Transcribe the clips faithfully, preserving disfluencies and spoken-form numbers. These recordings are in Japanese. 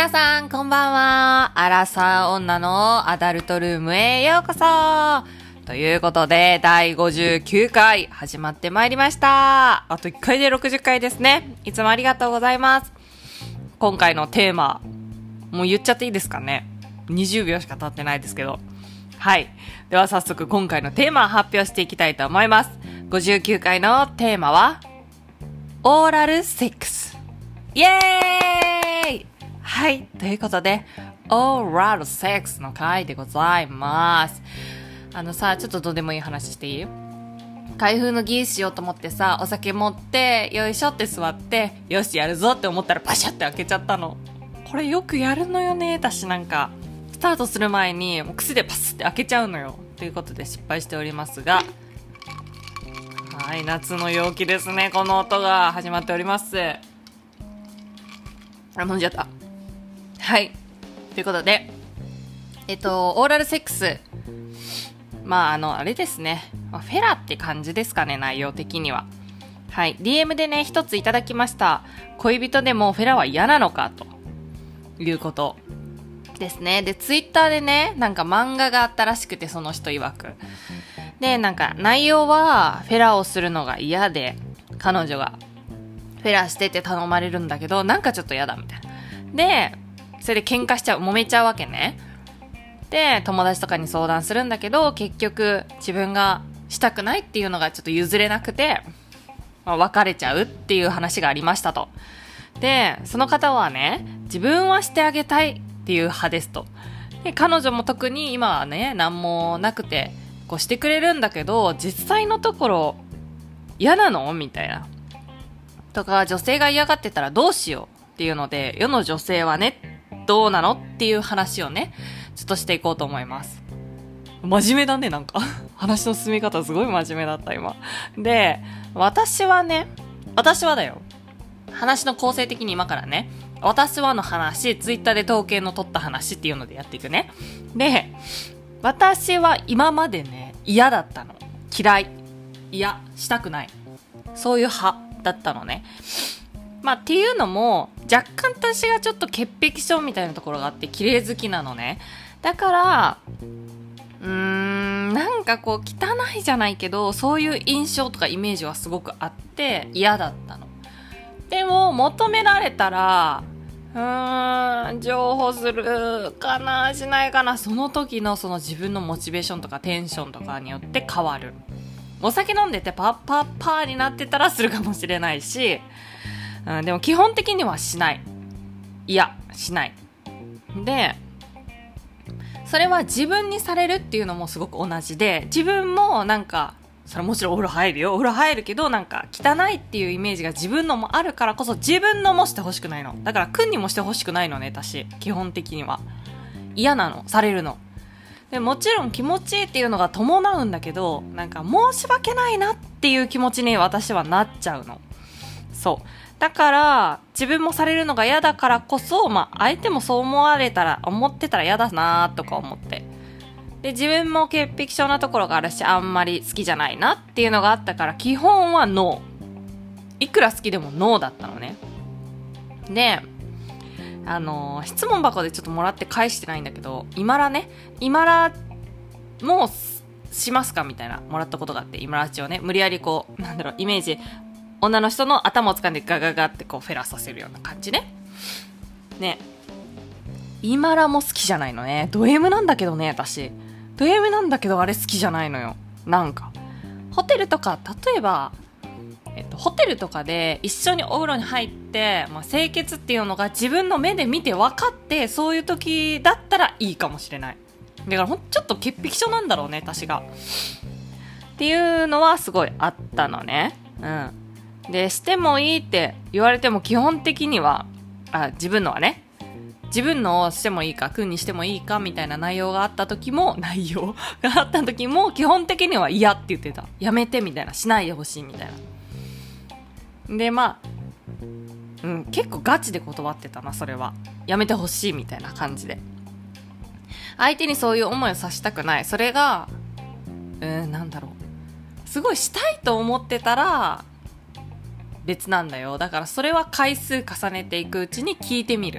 皆さんこんばんは。アラサー女のアダルトルームへようこそということでだいごじゅうきゅうかい始まってまいりました。あといっかいでろくじゅっかいですね。いつもありがとうございます。今回のテーマもう言っちゃっていいですかね。にじゅうびょうしか経ってないですけど、はい、では早速今回のテーマを発表していきたいと思います。ごじゅうきゅうかいのテーマはオーラルセックス。イエーイ。はい、ということでオーラルセックスの回でございます。あのさ、ちょっとどうでもいい話していい？開封の儀しようと思ってさ、お酒持ってよいしょって座って、よしやるぞって思ったらパシャって開けちゃったの。これよくやるのよね。私なんかスタートする前にもう癖でパスって開けちゃうのよ。ということで失敗しておりますが、はい、夏の陽気ですね。この音が始まっております。あ、飲んじゃった。はい、ということでえっとオーラルセックス、まああのあれですね、フェラって感じですかね、内容的には。はい、ディーエム でね一ついただきました。恋人でもフェラは嫌なのかということですね。でツイッターでね、なんか漫画があったらしくて、その人曰くで、なんか内容はフェラをするのが嫌で、彼女がフェラしてって頼まれるんだけど、なんかちょっと嫌だみたいな。でそれで喧嘩しちゃう、揉めちゃうわけね。で友達とかに相談するんだけど、結局自分がしたくないっていうのがちょっと譲れなくて、まあ、別れちゃうっていう話がありましたと。でその方はね、自分はしてあげたいっていう派ですと。で彼女も特に今はね何もなくてこうしてくれるんだけど、実際のところ嫌なのみたいなとか、女性が嫌がってたらどうしようっていうので、世の女性はねどうなのっていう話をねちょっとしていこうと思います。真面目だね、なんか話の進み方すごい真面目だった今で。私はね、私はだよ、話の構成的に今からね、私はの話、ツイッターで統計の取った話っていうのでやっていくね。で私は今までね嫌だったの。嫌い、いやしたくない、そういう派だったのね。まあっていうのも、若干私がちょっと潔癖症みたいなところがあって、綺麗好きなのね。だからうーんなんかこう汚いじゃないけど、そういう印象とかイメージはすごくあって嫌だったの。でも求められたらうーん譲歩するかなしないかな、その時のその自分のモチベーションとかテンションとかによって変わる。お酒飲んでてパッパッパーになってたらするかもしれないし、うん、でも基本的にはしない。いやしない。でそれは自分にされるっていうのもすごく同じで、自分もなんかそれもちろんお風呂入るよ、お風呂入るけど、なんか汚いっていうイメージが自分のもあるからこそ、自分のもしてほしくないの。だから君にもしてほしくないのね。私基本的には嫌なの、されるので。もちろん気持ちいいっていうのが伴うんだけど、なんか申し訳ないなっていう気持ちに私はなっちゃうの。そうだから自分もされるのが嫌だからこそ、まあ相手もそう思われたら、思ってたら嫌だなとか思って、で自分も潔癖症なところがあるし、あんまり好きじゃないなっていうのがあったから、基本はノー。いくら好きでもノーだったのね。であのー、質問箱でちょっともらって返してないんだけど、今らね、今らもうしますかみたいなもらったことがあって、今らちをね無理やりこう、なんだろう、イメージ、女の人の頭を掴んでガガガってこうフェラさせるような感じね。ね、今らも好きじゃないのね。ド M なんだけどね、私ド M なんだけどあれ好きじゃないのよ。なんかホテルとか、例えばえっと、ホテルとかで一緒にお風呂に入って、まあ、清潔っていうのが自分の目で見て分かって、そういう時だったらいいかもしれない。だからほんちょっと潔癖症なんだろうね、私がっていうのはすごいあったのね。うんでしてもいいって言われても、基本的にはあ自分のはね、自分のをしてもいいか、君にしてもいいかみたいな内容があった時も、内容があった時も基本的には嫌って言ってた。やめてみたいな、しないでほしいみたいな。でまあ、うん、結構ガチで断ってたな、それは。やめてほしいみたいな感じで、相手にそういう思いをさせたくない。それがうーんなんだろう、すごいしたいと思ってたら別なんだよ。だからそれは回数重ねていくうちに聞いてみる。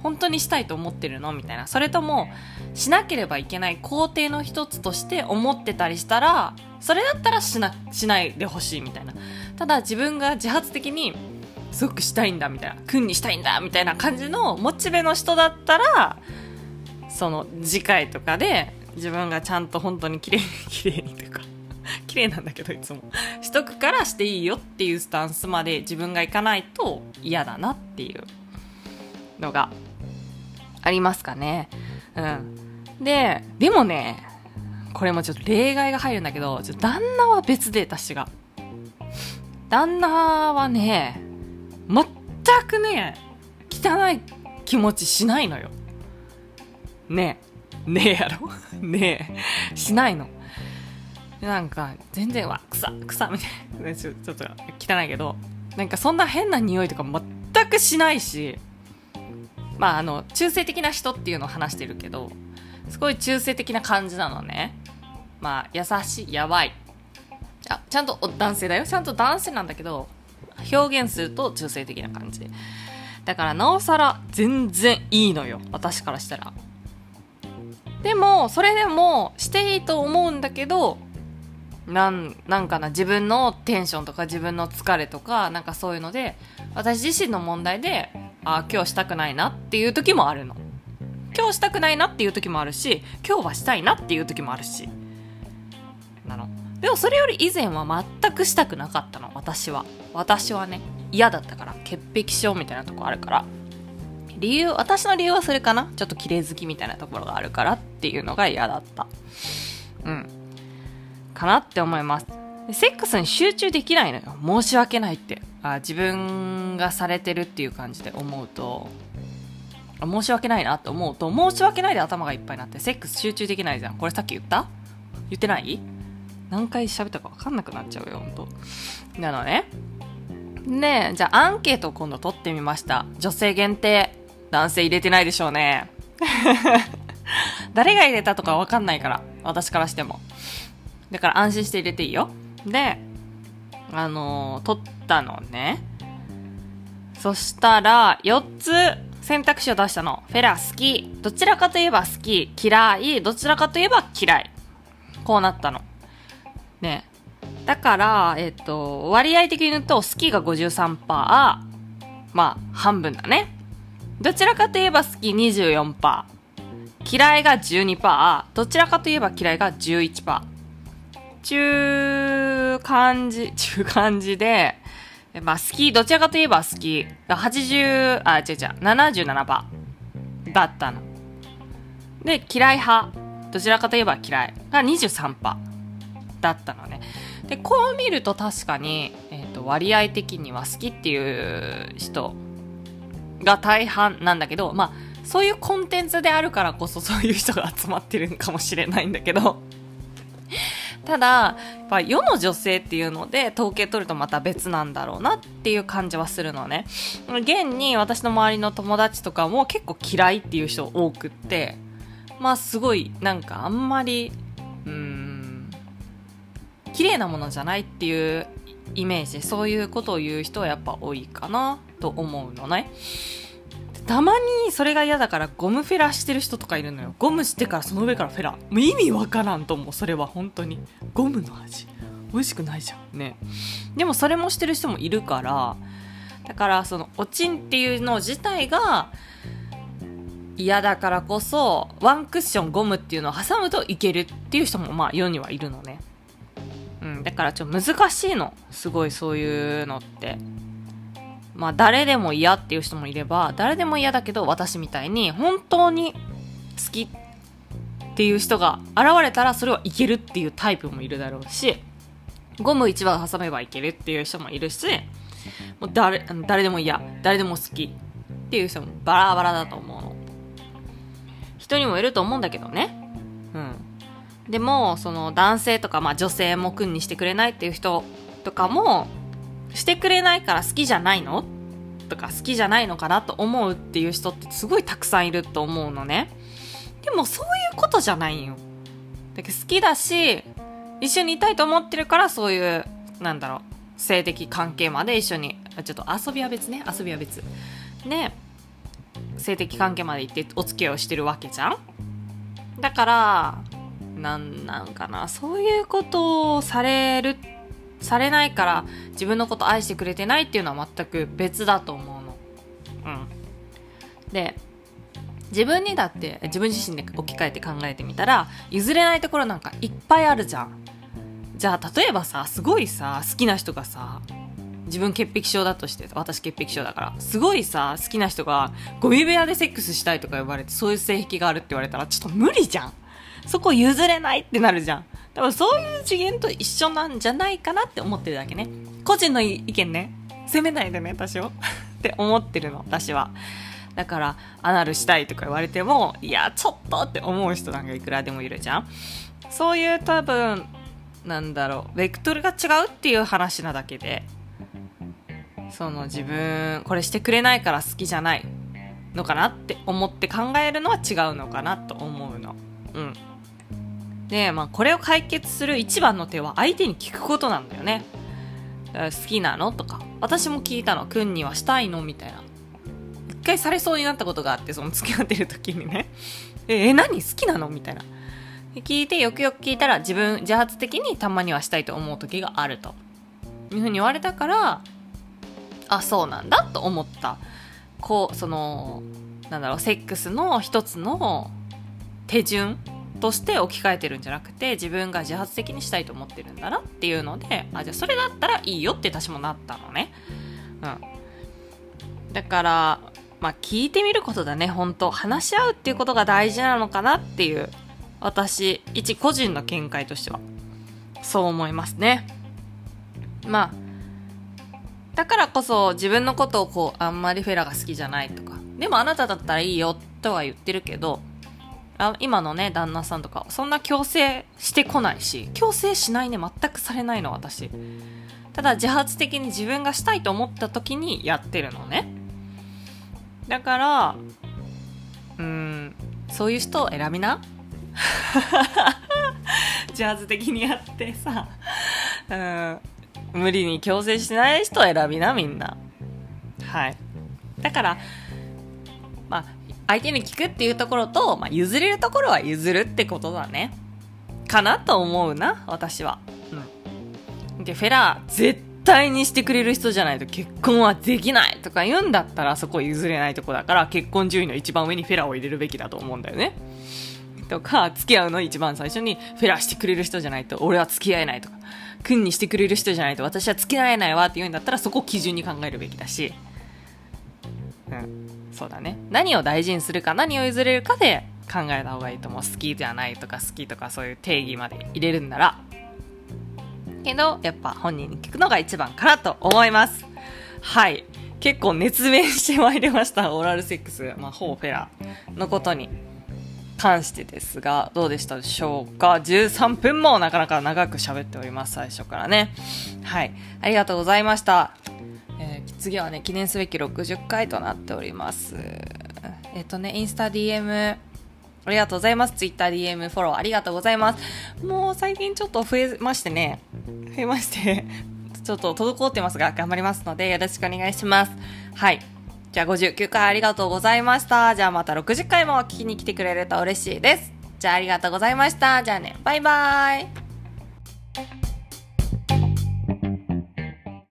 本当にしたいと思ってるのみたいな。それともしなければいけない工程の一つとして思ってたりしたら、それだったらしな、しないでほしいみたいな。ただ自分が自発的にすごくしたいんだみたいな、君にしたいんだみたいな感じのモチベの人だったら、その次回とかで自分がちゃんと本当に綺麗に綺麗にというか綺麗なんだけどいつもしとくからしていいよっていうスタンスまで自分がいかないと嫌だなっていうのがありますかね。うん。で、でもね、これもちょっと例外が入るんだけど、ちょ旦那は別で、私が。旦那はね、全くね、汚い気持ちしないのよ。ねえ。ねえやろねえ。しないの。なんか、全然、わ、草、草みたいな。ちょ、ちょっと汚いけど、なんかそんな変な匂いとか全くしないし、まあ、あの中性的な人っていうのを話してるけど、すごい中性的な感じなのね。まあ優しい、やばい、あ、ちゃんと男性だよ、ちゃんと男性なんだけど、表現すると中性的な感じだから、なおさら全然いいのよ、私からしたら。でもそれでもしていいと思うんだけど、なん、なんかな、自分のテンションとか自分の疲れとかなんかそういうので、私自身の問題で、あ、今日したくないなっていう時もあるの。今日したくないなっていう時もあるし、今日はしたいなっていう時もあるしなの。でもそれより以前は全くしたくなかったの、私は。私はね、嫌だったから。潔癖症みたいなとこあるから。理由、私の理由はそれかな。ちょっと綺麗好きみたいなところがあるからっていうのが嫌だった。うんかなって思います。セックスに集中できないのよ、申し訳ないって。あ、自分がされてるっていう感じで思うと、申し訳ないなって思うと、申し訳ないで頭がいっぱいになってセックス集中できないじゃん。これさっき言った？言ってない？何回喋ったか分かんなくなっちゃうよ、ほんと。なのね。で、じゃあアンケートを今度取ってみました。女性限定。男性入れてないでしょうね。誰が入れたとか分かんないから、私からしても。だから安心して入れていいよ。で、あのー、取ったのね。そしたらよっつ選択肢を出したの。フェラ好き、どちらかといえば好き、嫌い、どちらかといえば嫌い。こうなったのね。だからえっと割合的に言うと、好きが ごじゅうさんパーセント、まあ半分だね。どちらかといえば好き にじゅうよんパーセント、嫌いが じゅうにパーセント、どちらかといえば嫌いが じゅういちパーセント。中感じ、中感じで、まあ好き、どちらかといえば好きがはちじゅう、あ、違う違う、ななじゅうななパーセントだったの。で、嫌い派、どちらかといえば嫌いが にじゅうさんパーセントだったのね。で、こう見ると確かに、えっと、割合的には好きっていう人が大半なんだけど、まあ、そういうコンテンツであるからこそそういう人が集まってるのかもしれないんだけど、ただやっぱ世の女性っていうので統計取るとまた別なんだろうなっていう感じはするのね。現に私の周りの友達とかも結構嫌いっていう人多くって、まあすごいなんかあんまりうーん綺麗なものじゃないっていうイメージ、そういうことを言う人はやっぱ多いかなと思うのね。たまにそれが嫌だからゴムフェラしてる人とかいるのよ。ゴムしてからその上からフェラ、もう意味わからんと思う。それは本当にゴムの味美味しくないじゃんね。でもそれもしてる人もいるから、だからそのおちんっていうの自体が嫌だからこそ、ワンクッションゴムっていうのを挟むといけるっていう人もまあ世にはいるのね。うん、だからちょっと難しいの、すごいそういうのって。まあ誰でも嫌っていう人もいれば、誰でも嫌だけど私みたいに本当に好きっていう人が現れたらそれはいけるっていうタイプもいるだろうし、ゴム一番挟めばいけるっていう人もいるし、もう 誰, 誰でも嫌、誰でも好きっていう人もバラバラだと思うの。人にもいると思うんだけどね。うん。でもその男性とか、まあ女性も君にしてくれないっていう人とかも、してくれないから好きじゃないのとか、好きじゃないのかなと思うっていう人ってすごいたくさんいると思うのね。でもそういうことじゃないよ。だけど好きだし一緒にいたいと思ってるから、そういうなんだろう、性的関係まで一緒に、ちょっと遊びは別ね、遊びは別ね、 性的関係まで行ってお付き合いをしてるわけじゃん。だからなんなんかな、そういうことをされるされないから自分のこと愛してくれてないっていうのは全く別だと思うの。うんで、自分にだって自分自身で置き換えて考えてみたら譲れないところなんかいっぱいあるじゃん。じゃあ例えばさ、すごいさ好きな人がさ、自分潔癖症だとして、私潔癖症だからすごいさ好きな人がゴミ部屋でセックスしたいとか言われて、そういう性癖があるって言われたらちょっと無理じゃん。そこ譲れないってなるじゃん。多分そういう次元と一緒なんじゃないかなって思ってるだけね。個人の意見ね、責めないでね私をって思ってるの、私は。だからアナルしたいとか言われても、いやちょっとって思う人なんかいくらでもいるじゃん。そういう多分なんだろう、ベクトルが違うっていう話なだけで、その自分これしてくれないから好きじゃないのかなって思って考えるのは違うのかなと思うの。うんで、まあこれを解決する一番の手は相手に聞くことなんだよね。好きなのとか、私も聞いたの。くんにはしたいのみたいな。一回されそうになったことがあって、その付き合ってる時にね、ええ何好きなのみたいなで聞いて、よくよく聞いたら自分自発的にたまにはしたいと思う時があるというふうに言われたから、あそうなんだと思った。こうそのなんだろう、セックスの一つの手順として置き換えてるんじゃなくて、自分が自発的にしたいと思ってるんだなっていうので、あじゃあそれだったらいいよって私もなったのね。うんだからまあ聞いてみることだね。本当話し合うっていうことが大事なのかなっていう、私一個人の見解としてはそう思いますね。まあだからこそ自分のことをこうあんまりフェラが好きじゃないとか、でもあなただったらいいよとは言ってるけど、あ今のね旦那さんとかそんな強制してこないし、強制しないね、全くされないの私。ただ自発的に自分がしたいと思った時にやってるのね。だからうーんそういう人を選びな自発的にやってさ、うん無理に強制しない人を選びなみんな。はいだからまあ相手に聞くっていうところと、まあ、譲れるところは譲るってことだねかなと思うな私は。うんでフェラ絶対にしてくれる人じゃないと結婚はできないとか言うんだったら、そこ譲れないとこだから、結婚順位の一番上にフェラを入れるべきだと思うんだよね。とか付き合うの一番最初にフェラしてくれる人じゃないと俺は付き合えないとか、君にしてくれる人じゃないと私は付き合えないわって言うんだったら、そこを基準に考えるべきだし、うんそうだね、何を大事にするか何を譲れるかで考えた方がいいと思う。好きじゃないとか好きとかそういう定義まで入れるんなら。けどやっぱ本人に聞くのが一番かなと思います。はい結構熱弁してまいりました。オーラルセックス、まあ、ホーフェラのことに関してですが、どうでしたでしょうか。じゅうさんぷんもなかなか長く喋っております、最初からね。はいありがとうございました。えー、次はね記念すべきろくじゅっかいとなっております。えっとねインスタ ディーエムありがとうございます。ツイッター ディーエム フォローありがとうございます。もう最近ちょっと増えましてね増えましてちょっと滞ってますが頑張りますのでよろしくお願いします。はいじゃあごじゅうきゅうかいありがとうございました。じゃあまたろくじゅっかいも聞きに来てくれると嬉しいです。じゃあありがとうございました。じゃあねバイバイ。